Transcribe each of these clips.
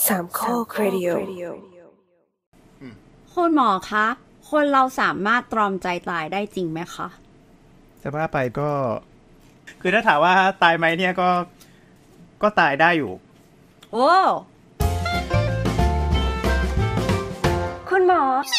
สามข้อครดิโอคุณหมอคะคนเราสามารถตรอมใจตายได้จริงไหมคะจะว่าไปก็คือถ้าถามว่าตายไหมเนี่ยก็ตายได้อยู่โอ้คุณหมอ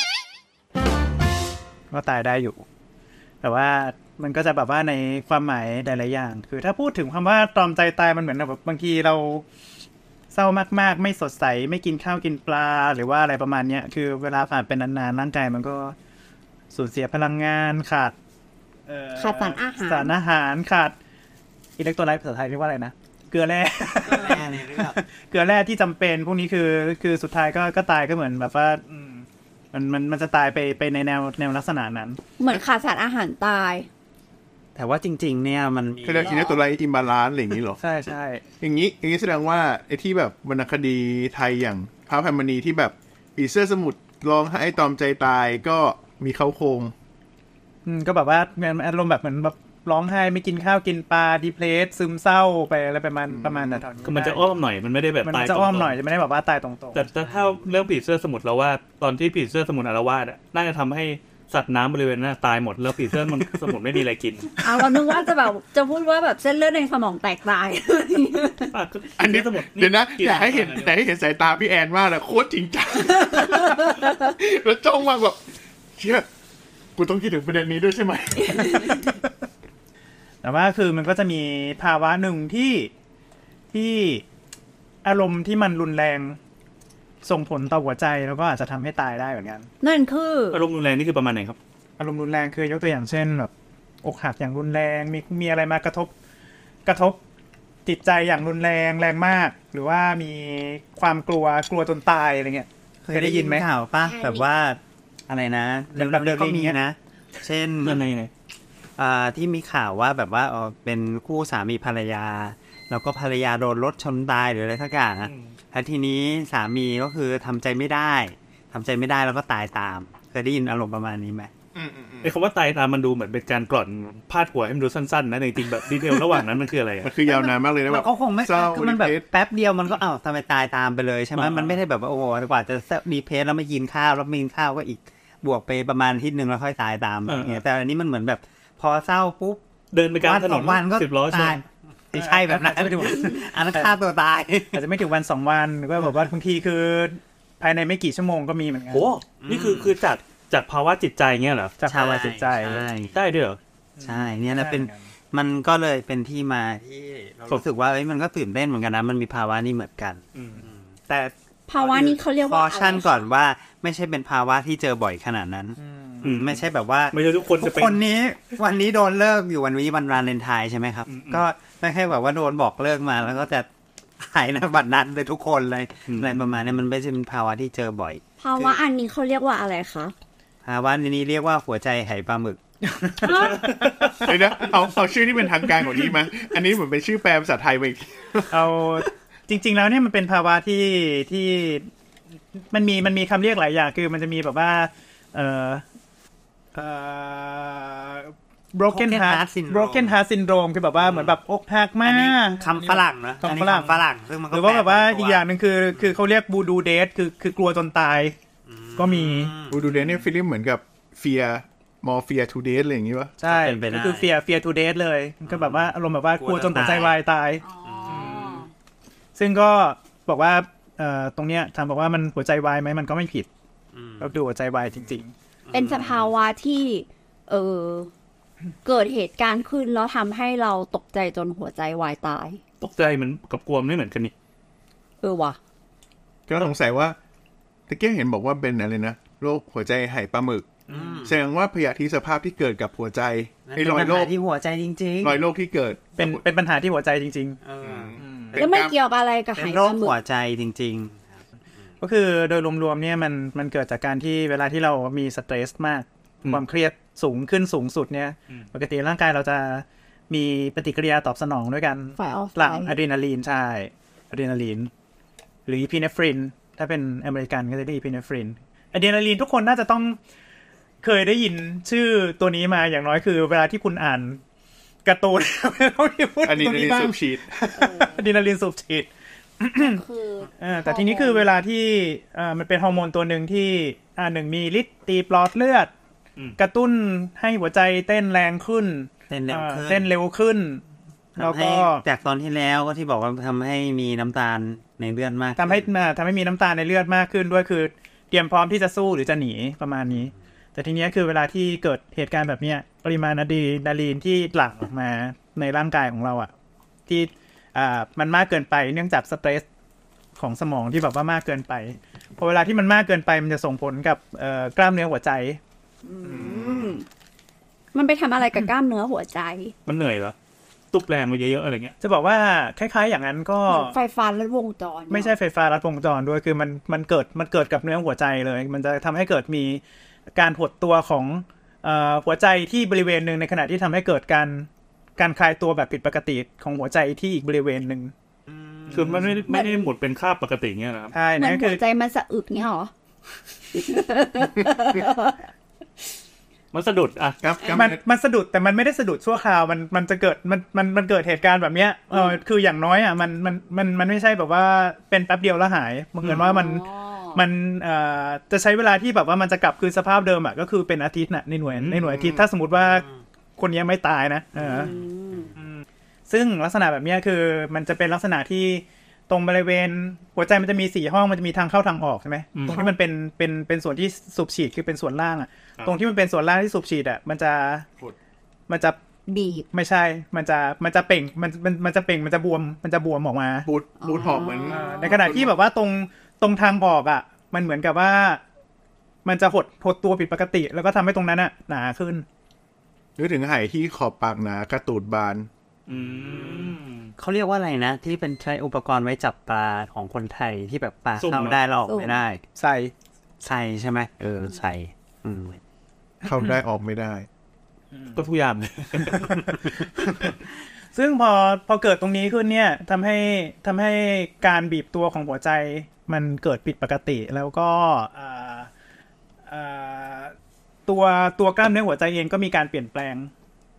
ก็ตายได้อยู่แต่ว่ามันก็จะแบบว่าในความหมายหลายๆอย่างคือถ้าพูดถึงคำว่าตรอมใจตายมันเหมือนแบบบางทีเราเศร้ามากๆไม่สดใสไม่กินข้าวกินปลาหรือว่าอะไรประมาณเนี้ยคือเวลาผ่านเป็นนานๆร่างกายมันก็สูญเสียพลังงานขาดสารอาหารขาดอิเล็กโทรไลต์ภาษาไทยเรียกว่าอะไรนะเกลือแร่เกลือแร่ที่จำเป็นพวกนี้คือสุดท้ายก็ตายก็เหมือนแบบว่ามันจะตายไปในแนวลักษณะนั้นเหมือนขาดสารอาหารตายแต่ว่าจริงๆเนี่ยมันคือเรียกอิเล็กโทรไลต์อิมบาลานซ์อะไรอย่างนี้หรอใช่ใช่อย่างนี้แสดงว่าไอ้ที่แบบวรรณคดีไทยอย่างพระอภัยมณีที่แบบผีเสื้อสมุทรร้องให้ตอมใจตายก็มีเข้าโครงก็แบบว่าอารมณ์แบบเหมือนแบบร้องไห้ไม่กินข้าวกินปลาดีเพรสซึมเศร้าไปอะไรประมาณนั้นคือมันจะอ้อมหน่อยมันไม่ได้แบบตายมันจะอ้อมหน่อยจะไม่ได้แบบว่าตายตรงๆแต่ถ้าเรื่องผีเสื้อสมุทรเราว่าตอนที่ผีเสื้อสมุทรอาละวาดน่าจะทำให้สัตว์น้ำบริเวณนั้นตายหมดแล้วผีเสื้อสมุทรไม่มีอะไรกินเรานึกว่าจะพูดว่าแบบเส้นเลือดในสมองแตกตายอันนี้สมุทรเดี๋ยวนะอยากให้เห็นแต่ให้เห็นสายตาพี่แอนมากเลยโคตรจริงจังแล้วจ้องมากแบบเชี่ยกูต้องคิดถึงประเด็นนี้ด้วยใช่ไหมแต่ว่าคือมันก็จะมีภาวะหนึ่งที่อารมณ์ที่มันรุนแรงส่งผลต่อหัวใจแล้วก็อาจจะทำให้ตายได้เหมือนกันนั่นคืออารมณ์รุนแรงนี่คือประมาณไหนครับอารมณ์รุนแรงคือยกตัวอย่างเช่นแบบอกหักอย่างรุนแรงมีอะไรมากระทบจิตใจอย่างรุนแรงมากหรือว่ามีความกลัวจนตายอะไรเงี้ยเคยได้ยินไหมข่าวป่ะแบบว่าอะไรนะแบบเดิมก็มีนะเช่นอะไรที่มีข่าวว่าแบบว่าเป็นคู่สามีภรรยาแล้วก็ภรรยาโดนรถชนตายหรืออะไรสักอย่างนะแล้วทีนี้สามีก็คือทำใจไม่ได้แล้วก็ตายตามเคยได้ยินอารมณ์ประมาณนี้ไหมไอ้คำว่าตายตามมันดูเหมือนเป็นการกล่อนพาดหัวให้มันดูสั้นๆนะจริงๆแบบดีเทลระหว่างนั้นมันคืออะไรมันคือยาวนานมากเลยนะแบบก็คงไม่คือมันแบบแป๊บเดียวมันก็ทำไมตายตามไปเลยใช่ไหมมันไม่ได้แบบว่าโอ้โหกว่าจะรีเพสแล้วไม่กินข้าวแล้วไม่กินข้าวก็อีกบวกไปประมาณอาทิตย์นึงแล้วค่อยตายตามเนี่ยแต่อันนี้มันเหมือนแบบพอเศร้าปุ๊บเดินไปกลางถนนวันก็ 10 ล้อตายไม่ใช่แบบนั้นไม่ถึงอันนั้นฆ่าตัวตายอาจจะไม่ถึงวัน2วันหรือว่าแบบว่าบางทีคือภายในไม่กี่ชั่วโมงก็มีเหมือนกันโอ้นี่คือจากภาวะจิตใจเงี้ยเหรอจากภาวะจิตใจได้ด้วยเหรอใช่เนี่ยนะเป็นมันก็เลยเป็นที่มาที่รู้สึกว่ามันก็ตื่นเต้นเหมือนกันนะมันมีภาวะนี้เหมือนกันแต่ภาวะนี้เขาเรียกว่าคอชั่นก่อนว่าไม่ใช่เป็นภาวะที่เจอบ่อยขนาดนั้นไม่ใช่แบบว่าไม่ใช่ทุกคนจะเป็นคนนี้วันนี้โดนเลิกอยู่วันนี้วันวาเลนไทน์ใช่ไหมครับก็ไม่ใช่แบบว่าโดนบอกเลิกมาแล้วก็จะหายในบัดนั้นเลยทุกคนเลยอะไรประมาณนี้มันไม่ใช่เป็นภาวะที่เจอบ่อยภาวะอันนี้เขาเรียกว่าอะไรคะภาวะนี้เรียกว่าหัวใจไหปลาหมึกเดี๋ยวนะเอาชื่อที่เป็นทางการกว่านี้มั้ยอันนี้เหมือนเป็นชื่อแปลภาษาไทยไปเอาจริงๆแล้วเนี่ยมันเป็นภาวะที่มันมีคำเรียกหลายอย่างคือมันจะมีแบบว่าbroken heart syndrome คือแบบว่าเหมือนแบบอกหักมากคำฝรั่งนะคำฝรั่งซึ่งมันก็หรือว่าแบบว่าอีกอย่างนึงคือเขาเรียก voodoo death คือกลัวจนตายก็มี voodoo death เนี่ยฟีลเหมือนกับ fear to death อะไรอย่างงี้ป่ะใช่ก็คือ fear to death เลยก็แบบว่าอารมณ์แบบว่ากลัวจนหัวใจวายตายซึ่งก็บอกว่าตรงเนี้ยถามบอกว่ามันหัวใจวายไหมมันก็ไม่ผิดก็ดูหัวใจวายจริงๆเป็นสภาวะที่เกิดเหตุการณ์ขึ้นแล้วทำให้เราตกใจจนหัวใจวายตายตกใจเหมือนกับกลัวไม่เหมือนกันนี่ว่ะก็สงสัยว่าตะเกียงเห็นบอกว่าเป็นอะไรนะโรคหัวใจไหปลาหมึกแสดงว่าพยาธิสภาพที่เกิดกับหัวใจไอ้รอยโรคที่หัวใจจริงๆรอยโรคที่เกิดเป็นปัญหาที่หัวใจจริงๆแล้วไม่เกี่ยวอะไรกับไหปลาหมึกโรคหัวใจจริงๆก็คือโดยรวมๆเนี่ยมันเกิดจากการที่เวลาที่เรามีสเตรสมากความเครียดสูงสุดเนี่ยปกติร่างกายเราจะมีปฏิกิริยาตอบสนองด้วยกันหลั่งอะดรีนาลีนใช่อะดรีนาลีนหรืออีพิเนฟรินถ้าเป็นอเมริกันก็จะได้อีพิเนฟรินอะดรีนาลีนทุกคนน่าจะต้องเคยได้ยินชื่อตัวนี้มาอย่างน้อยคือเวลาที่คุณอ่านการ์ตูนอะดรีนาลีนสูบฉีดอะดรีนาลีนสูบฉีดคือแต่ทีนี้คือเวลาที่มันเป็นฮอร์โมนตัวหนึ่งที่หนึ่งมีฤทธิ์ตีปลอดเลือดกระตุ้นให้หัวใจเต้นแรงขึ้นเต้นเร็วขึ้นแล้วก็จากตอนที่แล้วก็ที่บอกว่าทำให้มีน้ำตาลในเลือดมากทำให้มีน้ำตาลในเลือดมากขึ้นด้วยคือเตรียมพร้อมที่จะสู้หรือจะหนีประมาณนี้แต่ทีนี้คือเวลาที่เกิดเหตุการณ์แบบนี้ปริมาณอะดรีนาลีนที่หลั่งออกมาในร่างกายของเราที่มันมากเกินไปเนื่องจากสเตรสของสมองที่แบบว่ามากเกินไปพอเวลาที่มันมากเกินไปมันจะส่งผลกับกล้ามเนื้อหัวใจมันไปทำอะไรกับกล้ามเนื้อหัวใจมันเหนื่อยเหรอตุบแรงไปเยอะๆอะไรเงี้ยจะบอกว่าคล้ายๆอย่างนั้นก็ไฟฟ้าลัดวงจรไม่ใช่ไฟฟ้าลัดวงจรด้วยคือมันเกิดกับเนื้อหัวใจเลยมันจะทำให้เกิดมีการหดตัวของหัวใจที่บริเวณหนึ่งในขณะที่ทำให้เกิดการคลายตัวแบบผิดปกติของหัวใจที่อีกบริเวณหนึ่งคือมันไม่ได้หมดเป็นค่าปกติเงี้ยนะครับใช่นั่นคือหัวใจมันสะอึกเงี้ยหรอมันสะดุดอ่ะมันสะดุดแต่มันไม่ได้สะดุดชั่วคราวมันจะเกิดมันเกิดเหตุการณ์แบบเนี้ยคืออย่างน้อยมันไม่ใช่แบบว่าเป็นแป๊บเดียวแล้วหายเหมือนว่ามันจะใช้เวลาที่แบบว่ามันจะกลับคืนสภาพเดิมก็คือเป็นอาทิตย์น่ะในหน่วยอาทิตย์ถ้าสมมติว่าคนนี้ไม่ตายนะซึ่งลักษณะแบบนี้คือมันจะเป็นลักษณะที่ตรงบริเวณหัวใจมันจะมี4ห้องมันจะมีทางเข้าทางออกใช่ไหมตรงที่มันเป็นส่วนที่สูบฉีดคือเป็นส่วนล่างตรงที่มันเป็นส่วนล่างที่สูบฉีดมันจะบีบไม่ใช่มันจะเป่งมันจะเป่งมันจะบวมออกมาบูดหอบเหมือนในขณะที่แบบว่าตรงทางออกมันเหมือนกับว่ามันจะหดตัวผิดปกติแล้วก็ทำให้ตรงนั้นหนาขึ้นนึกถึงไหที่ขอบปากหนากระตูดบานเขาเรียกว่าอะไรนะที่เป็นใช้อุปกรณ์ไว้จับปลาของคนไทยที่แบบปลาเข้าได้ออกไม่ได้ใส่ใช่ไหมใส่เข้าได้ออกไม่ได้ก็ทุกอย่างเลยซึ่งพอเกิดตรงนี้ขึ้นเนี่ยทำให้การบีบตัวของหัวใจมันเกิดผิดปกติแล้วก็ตัวกล้ามเนื้อหัวใจเองก็มีการเปลี่ยนแปลง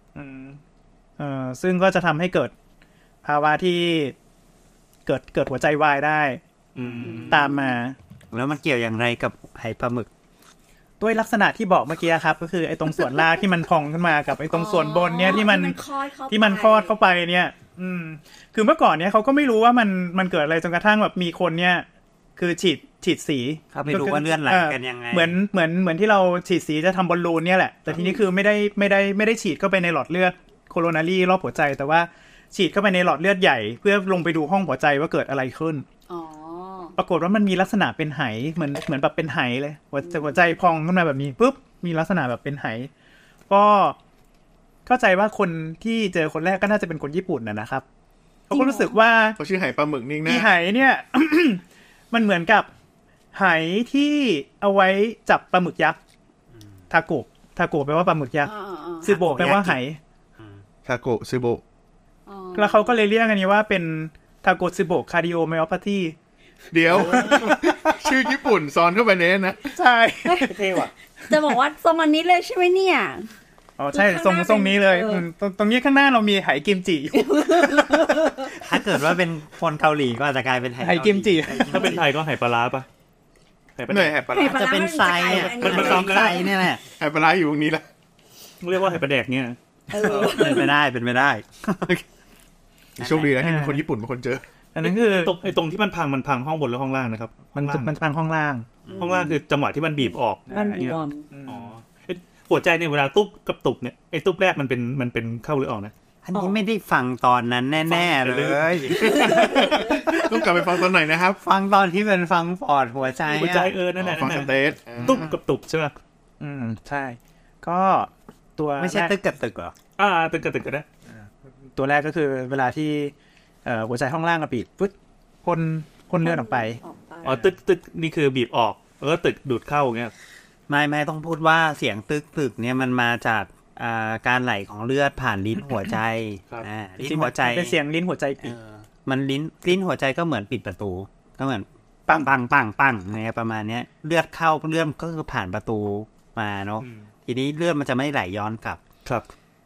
ซึ่งก็จะทำให้เกิดภาวะที่เกิดหัวใจวายได้ตามมาแล้วมันเกี่ยวอย่างไรกับไหปลาหมึกด้วยลักษณะที่บอกเมื่อกี้ครับก็คือไอ้ตรงส่วนล่างที่มันพองขึ้นมากับไอ้ตรงส่วนบนเนี่ยที่มันคลอดเข้าไปเนี่ยคือเมื่อก่อนเนี่ยเขาก็ไม่รู้ว่ามันเกิดอะไรจนกระทั่งแบบมีคนเนี่ยคือฉีดสีเขาไม่รู้ว่าเลือดไหลกันยังไงเหมือนที่เราฉีดสีจะทำบอลลูนเนี่ยแหละแต่ทีนี้คือไม่ได้ฉีดเข้าไปในหลอดเลือดโคโรนารีรอบหัวใจแต่ว่าฉีดเข้าไปในหลอดเลือดใหญ่เพื่อลงไปดูห้องหัวใจว่าเกิดอะไรขึ้นปรากฏว่ามันมีลักษณะเป็นไหเหมือนแบบเป็นไหเลยหัวใจพองขึ้นมาแบบนี้ปุ๊บมีลักษณะแบบเป็นไหก็เข้าใจว่าคนที่เจอคนแรกก็น่าจะเป็นคนญี่ปุ่นนะครับเขาก็รู้สึกว่าเขาชื่อไหปลาหมึกนี่นะไหเนี่ย มันเหมือนกับไหที่เอาไว้จับปลาหมึกยักษ์ทาโกะแปลว่าปลาหมึกยักษ์ซึโบะแปลว่าไหทาโกะซึโบะแล้วเขาก็เลยเรียกอันนี้ว่าเป็นทาโกะซึโบะคาร์ดิโอไมโอพาธีเดี๋ยว ชื่อญี่ปุ่นซ้อนเข้าไปเน้นนะใช่เท่ว่ะจะบอกว่าทรงอันนี้เลยใช่ไหมเนี่ยอ๋อใช่ทรงนี้เลยตรงนี้ข้างหน้าเรามีไหกิมจิอยู่ถ้าเกิดว่าเป็นคนเกาหลีก็อาจจะกลายเป็นไหกิมจิถ้าเป็นไทยก็ไหปลาร้าป่ะไหปลาร้าจะเป็นไซมันซ้ำไซเนี่ยแหละไหปลาร้าอยู่ตรงนี้แหละเรียกว่าไหปลาแดกเนี่ยเป็นไม่ได้โชคดีนะที่เป็นคนญี่ปุ่นเป็นคนเจออันนั้นคือตรงที่มันพังห้องบนหรือห้องล่างนะครับมันพังห้องล่างคือจังหวะที่มันบีบออกมันบวมหัวใจเนี่ยเวลาตุ๊บกับตุบเนี่ยไอ้ตุ๊บแรกมันเป็นเข้าหรือออกนะอันนี้ไม่ได้ฟังตอนนั้นแน่ๆเลยต้องกลับไปฟังตอนไหนนะครับฟังตอนที่เป็นฟังปอดหัวใจนั่นแหละฟังสเตทตุ๊บกับตุบใช่ไหมใช่ก็ตัวไม่ใช่ตึกกับตึกเหรอตึกกับตึกก็ได้ตัวแรกก็คือเวลาที่หัวใจห้องล่างกระปิดปุ๊บพ่นเลือดออกไปตึกนี่คือบีบออกแล้วก็ตึกดูดเข้าอย่างเงี้ยไม่ต้องพูดว่าเสียงตึกเนี่ยมันมาจากการไหลของเลือดผ่านลิ้นหัวใจลิ้นหัวใจเป็นเสียงลิ้นหัวใจปิดมันลิ้นหัวใจก็เหมือนปิดประตูก็เหมือนปังเนี่ยประมาณนี้เลือดเข้าเลือดก็คือผ่านประตูมาเนาะทีนี้เลือดมันจะไม่ไหลย้อนกลับครับ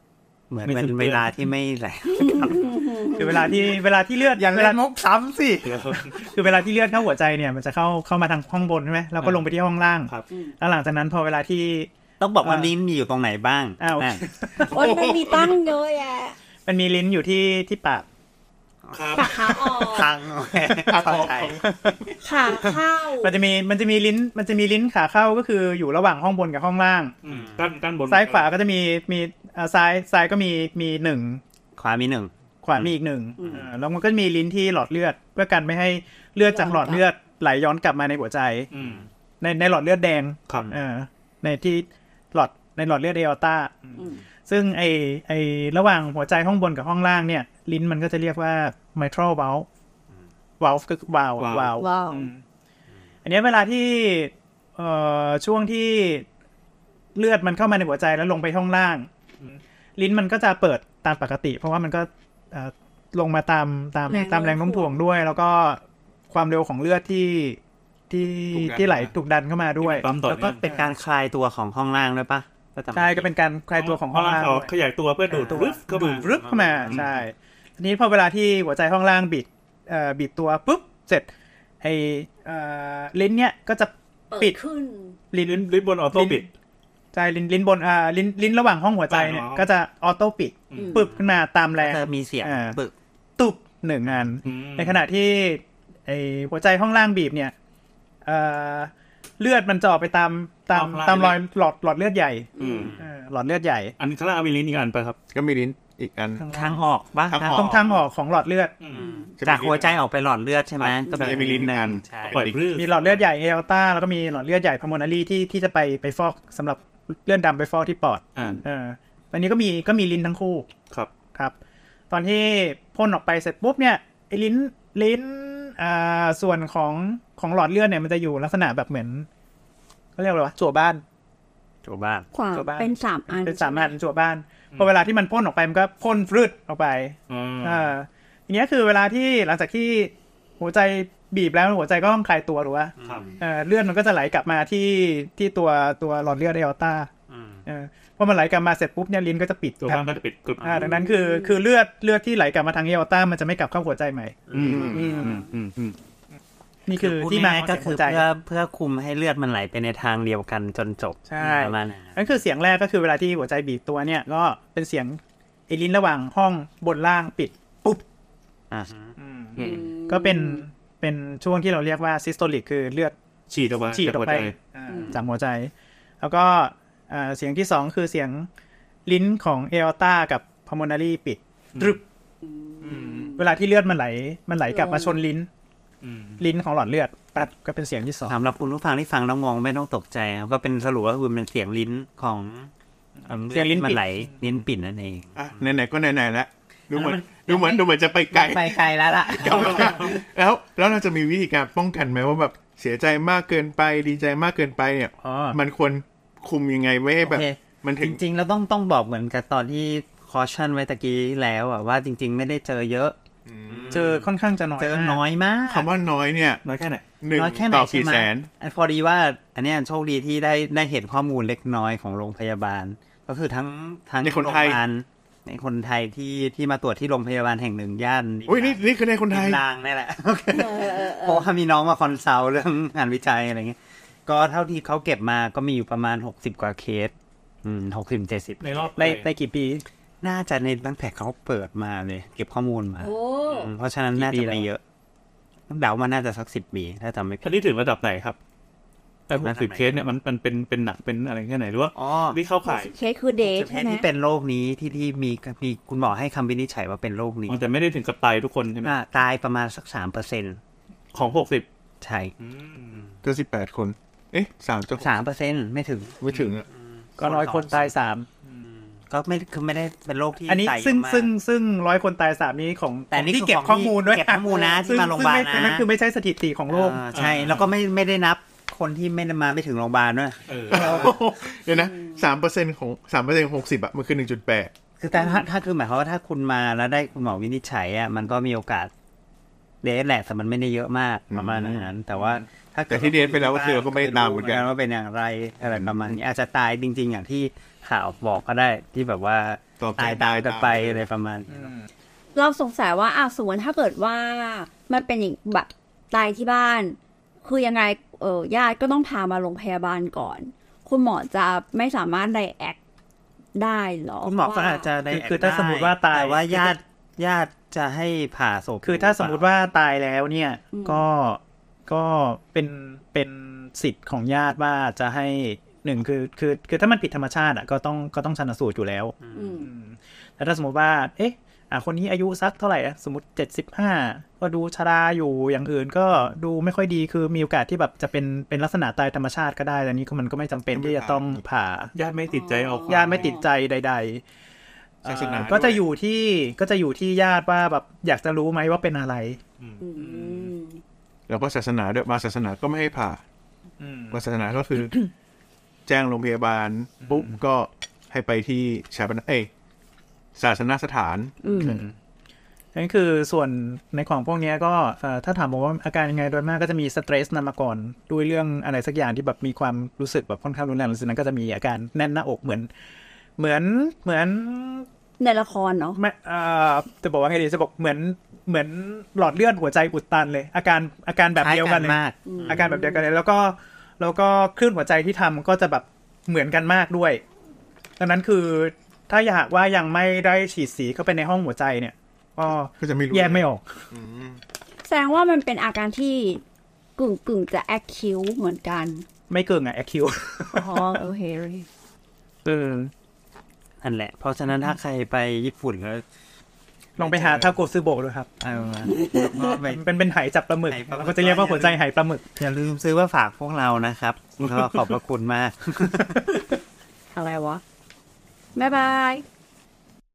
เหมือนเป็นเวลาที่ไม่ไหลคือเวลาที่เลือดอย่าเล่นมุกซ้ำสิคือเวลาที่เลือดเข้าหัวใจเนี่ยมันจะเข้ามาทางห้องบนใช่ไหมแล้วก็ลงไปที่ห้องล่างครับแล้วหลังจากนั้นพอเวลาที่ต้องบอกว่าลิ้นมีอยู่ตรงไหนบ้างอ้าวอ่ะโอ้ยมันมีตั้งเยอะแยะมันมีลิ้นอยู่ที่ปากครับขาขาออกทางเข้าใจขาเข้ามันจะมีลิ้นขาเข้าก็คืออยู่ระหว่างห้องบนกับห้องล่างด้านบนซ้ายขวาก็จะมีซ้ายก็มีหนึ่งขวามีหนึ่งขวามีอีกหนึ่งแล้วมันก็มีลิ้นที่หลอดเลือดเพื่อกันไม่ให้เลือดจากหลอดเลือดไหลย้อนกลับมาในหัวใจในหลอดเลือดแดงครับในหลอดเลือดเออร์ตาซึ่งไอระหว่างหัวใจห้องบนกับห้องล่างเนี่ยลิ้นมันก็จะเรียกว่า mitral valve valve ก็คือ valve ว้าวอันนี้เวลาที่ช่วงที่เลือดมันเข้ามาในหัวใจแล้วลงไปห้องล่างลิ้นมันก็จะเปิดตามปกติ เพราะว่ามันก็ลงมาตามแรงโน้มถ่วงด้วย แล้วก็ความเร็วของเลือดที่ไหลถูกดันเข้ามาด้วยแล้วก็เป็นการคลายตัวของห้องล่างด้วยปะใช่ก็เป็นการคลายตัวของห้องล่างขยายตัวเพื่อดูดรึบเข้ามารึบเข้ามาใช่ทีนี้พอเวลาที่หัวใจห้องล่างบิดตัวปุ๊บเสร็จไอ้ลิ้นเนี่ยก็จะปิดขึ้นลิ้นบนออโต้ปิดใช่ลิ้นบนลิ้นระหว่างห้องหัวใจเนี่ยก็จะออโต้ปิดปึ๊บขึ้นมาตามแรงจะมีเสียงปึกตุบหนึ่งอันในขณะที่ไอ้หัวใจห้องล่างบีบเนี่ยเลือดมันจะออกไปตามรอยหลอดเลือดใหญ่หลอดเลือดใหญ่อันนี้ข้างล่างมีลิ้นอีกอันไปครับก็มีลิ้นอีกอันทางออกปะตรงทางออกของหลอดเลือดจากหัวใจออกไปหลอดเลือดใช่ไหมก็จะมีลิ้นอันใช่ปล่อยรื้มีหลอดเลือดใหญ่เอลต้าแล้วก็มีหลอดเลือดใหญ่พาโมนารีที่จะไปฟอกสำหรับเลือดดำไปฟอกที่ปอดอันนี้ก็มีลิ้นทั้งคู่ ครับ ตอนที่พ่นออกไปเสร็จปุ๊บเนี่ยไอ้ลิ้นส่วนของหลอดเลือดเนี่ยมันจะอยู่ลักษณะแบบเหมือนเขาเรียกอะไรวะจั่วบ้านขวาเป็น3 อันเป็น3 อันจั่วบ้านพอเวลาที่มันพ่นออกไปมันก็พ่นฟรึดออกไปอย่างเงี้ยคือเวลาที่หลังจากที่หัวใจบีบแล้วหัวใจก็ต้องคลายตัวหรือว่าเลือดมันก็จะไหลกลับมาที่ตัวหลอดเลือดเอลต้าพอมันไหลกลับมาเสร็จปุ๊บเนี่ยลิ้นก็จะปิดตัวบ้านก็จะปิดกึบดังนั้นคือเลือดที่ไหลกลับมาทางเอลต้ามันจะไม่กลับเข้าหัวใจใหม่นี่คือที่มาก็คือเพื่อคุมให้เลือดมันไหลไปในทางเดียวกันจนจบใช่นั่นคือเสียงแรกก็คือเวลาที่หัวใจบีบตัวเนี่ยก็เป็นเสียงไอ้ลิ้นระหว่างห้องบนล่างปิดปุ๊บก็เป็นช่วงที่เราเรียกว่าซิสโตลิกคือเลือดฉีดออกไปจากหัวใจแล้วก็เสียงที่2คือเสียงลิ้นของเออร์ต้ากับพาโมนารีปิดตรึบเวลาที่เลือดมันไหลกลับมาชนลิ้นของหลอดเลือดปั๊บก็เป็นเสียงที่2 สำหรับคุณผู้ฟังที่ฟังแล้วงงไม่ต้องตกใจก็เป็นสรุปว่าคือเป็นเสียงลิ้นของเสียงลิ้นมันไหลลิ้นปิดนั่นเองไหนๆก็ไหนๆแล้วดูเหมือนจะไปไกลแล้วล่ะแล้วเราจะมีวิธีการป้องกันไหมว่าแบบเสียใจมากเกินไปดีใจมากเกินไปเนี่ยมันควรคุมยังไงไว้แบบมันถึงจริงๆเราต้องบอกเหมือนกับตอนที่คอชั่นไว้ตะกี้แล้วว่าจริงๆไม่ได้เจอเยอะเจอค่อนข้างจะน้อยเจอน้อยมากคำว่าน้อยเนี่ยน้อยแค่ไหน 1 ต่อกี่แสนพอดีว่าอันนี้โชคดีที่ได้เห็นข้อมูลเล็กน้อยของโรงพยาบาลก็คือทั้งในคนไทยในคนไทยที่มาตรวจที่โรงพยาบาลแห่งหนึ่งย่านอุ้ยนี่คือในคนไทยนางนี่แหละเพราะว่ามีน้องมาคอนซัลท์เรื่องงานวิจัยอะไรเงี้ยก็เท่าที่เขาเก็บมาก็มีอยู่ประมาณ60 กว่าเคส60-70 ในรอบในกี่ปีน่าจะในตั้งแต่เขาเปิดมาเลยเก็บข้อมูลมาเพราะฉะนั้นน่าจะไม่เยอะเดามาน่าจะสัก10 ปีถ้าจำไม่ผิดที่ถึงระดับไหนครับแต่60 เคสเนี่ยมันเป็นหนักเป็นอะไรแค่ไหนหรือว่าที่เข้าข่ายเคสคือเดทใช่ไหมที่เป็นโรคนี้ที่มีคุณหมอให้คำวินิจฉัยว่าเป็นโรคนี้แต่ไม่ได้ถึงกับตายทุกคนใช่ไหมตายประมาณสัก 3% ของ60 ใช่ก็18 คน 3%ไม่ถึงก็100 คนตาย3 ก็ไม่ได้เป็นโรคที่อันนี้ซึ่ง100 คนตาย3นี้ของแต่นี่ที่เก็บข้อมูลด้วยเก็บข้อมูลนะที่มาโรงพยาบาลนะนั่นคือไม่ใช่สถิติของโลกใช่แล้วก็ไม่ได้นับคนที่ไม่ได้มาไม่ถึงโรงพยาบาลด้วยเดี๋ยวนะ 3% ของ 60มันคือ 1.8 คือแต่ถ้าคือหมายความว่าถ้าคุณมาแล้วได้คุณหมอวินิจฉัยมันก็มีโอกาสเดทแหละแต่มันไม่ได้เยอะมากประมาณนั้นแต่ว่าถ้าแต่ที่เดทไปแล้วก็คือเราก็ไม่ได้ตามเหมือนกันว่าเป็นอย่างไรอะไรประมาณนี้อาจจะตายจริงๆอย่างที่ข่าวบอกก็ได้ที่แบบว่าตายไปอะไรประมาณนี้เราสงสัยว่าสมมติถ้าเกิดว่ามันเป็นอย่างแบบตายที่บ้าน คือยังไงญาติก็ต้องพามาโรงพยาบาลก่อน คุณหมอจะไม่สามารถไดแอคได้หรอคุณหมอก็อาจจะได้คือถ้าสมมุติว่าตายแต่ว่าญาติจะให้ผ่าศพคือถ้าสมมุติว่าตายแล้วเนี่ยก็เป็นสิทธิ์ของญาติว่าจะให้หนึ่งคือถ้ามันผิดธรรมชาติก็ต้องชันสูตรอยู่แล้วแต่ถ้าสมมติว่าคนนี้อายุสักเท่าไหร่สมมติ75ก็ดูชราอยู่อย่างอื่นก็ดูไม่ค่อยดีคือมีโอกาสที่แบบจะเป็นลักษณะตายธรรมชาติก็ได้แต่นี้มันก็ไม่จำเป็นที่จะต้องผ่าญาติไม่ติดใจเอาญาติไม่ติดใจใดๆก็จะอยู่ที่ญาติว่าแบบอยากจะรู้ไหมว่าเป็นอะไรแล้วก็ศาสนาด้วยบางศาสนาก็ไม่ให้ผ่าบางศาสนาก็คือ แจ้งโรงพยาบาลปุ๊บก็ให้ไปที่ศาสนสถานนั่นคือส่วนในของพวกนี้ก็ถ้าถามผมว่าอาการยังไงโดยมากก็จะมีสเตรสนำมาก่อนด้วยเรื่องอะไรสักอย่างที่แบบมีความรู้สึกแบบค่อนข้างรุนแรงหรือสิ่งนั้นก็จะมีอาการแน่นหน้าอกเหมือนในละครเนาะจะบอกว่าไงดีจะบอกเหมือนหลอดเลือดหัวใจอุดตันเลยอาการแบบเดียวกันเลยอาการแบบเดียวกันเลยแล้วก็คลื่นหัวใจที่ทำก็จะแบบเหมือนกันมากด้วยดังนั้นคือถ้าอยากว่ายังไม่ได้ฉีดสีเข้าไปในห้องหัวใจเนี่ยก็จะไม่รู้แยกไม่ออกแสดงว่ามันเป็นอาการที่กึ่งจะแอคคิวเหมือนกันไม่กึ่งแอคคิวโอเคนั่นแหละเพราะฉะนั้นถ้าใครไปญี่ปุ่นก็ลองไปหาทาโกซึโบะด้วยครับเป็นไหจับปลาหมึกเราก็จะเรียกว่าหัวใจไหปลาหมึกอย่าลืมซื้อมาฝากพวกเรานะครับก็ขอบพระคุณมากอะไรวะบ๊ายบาย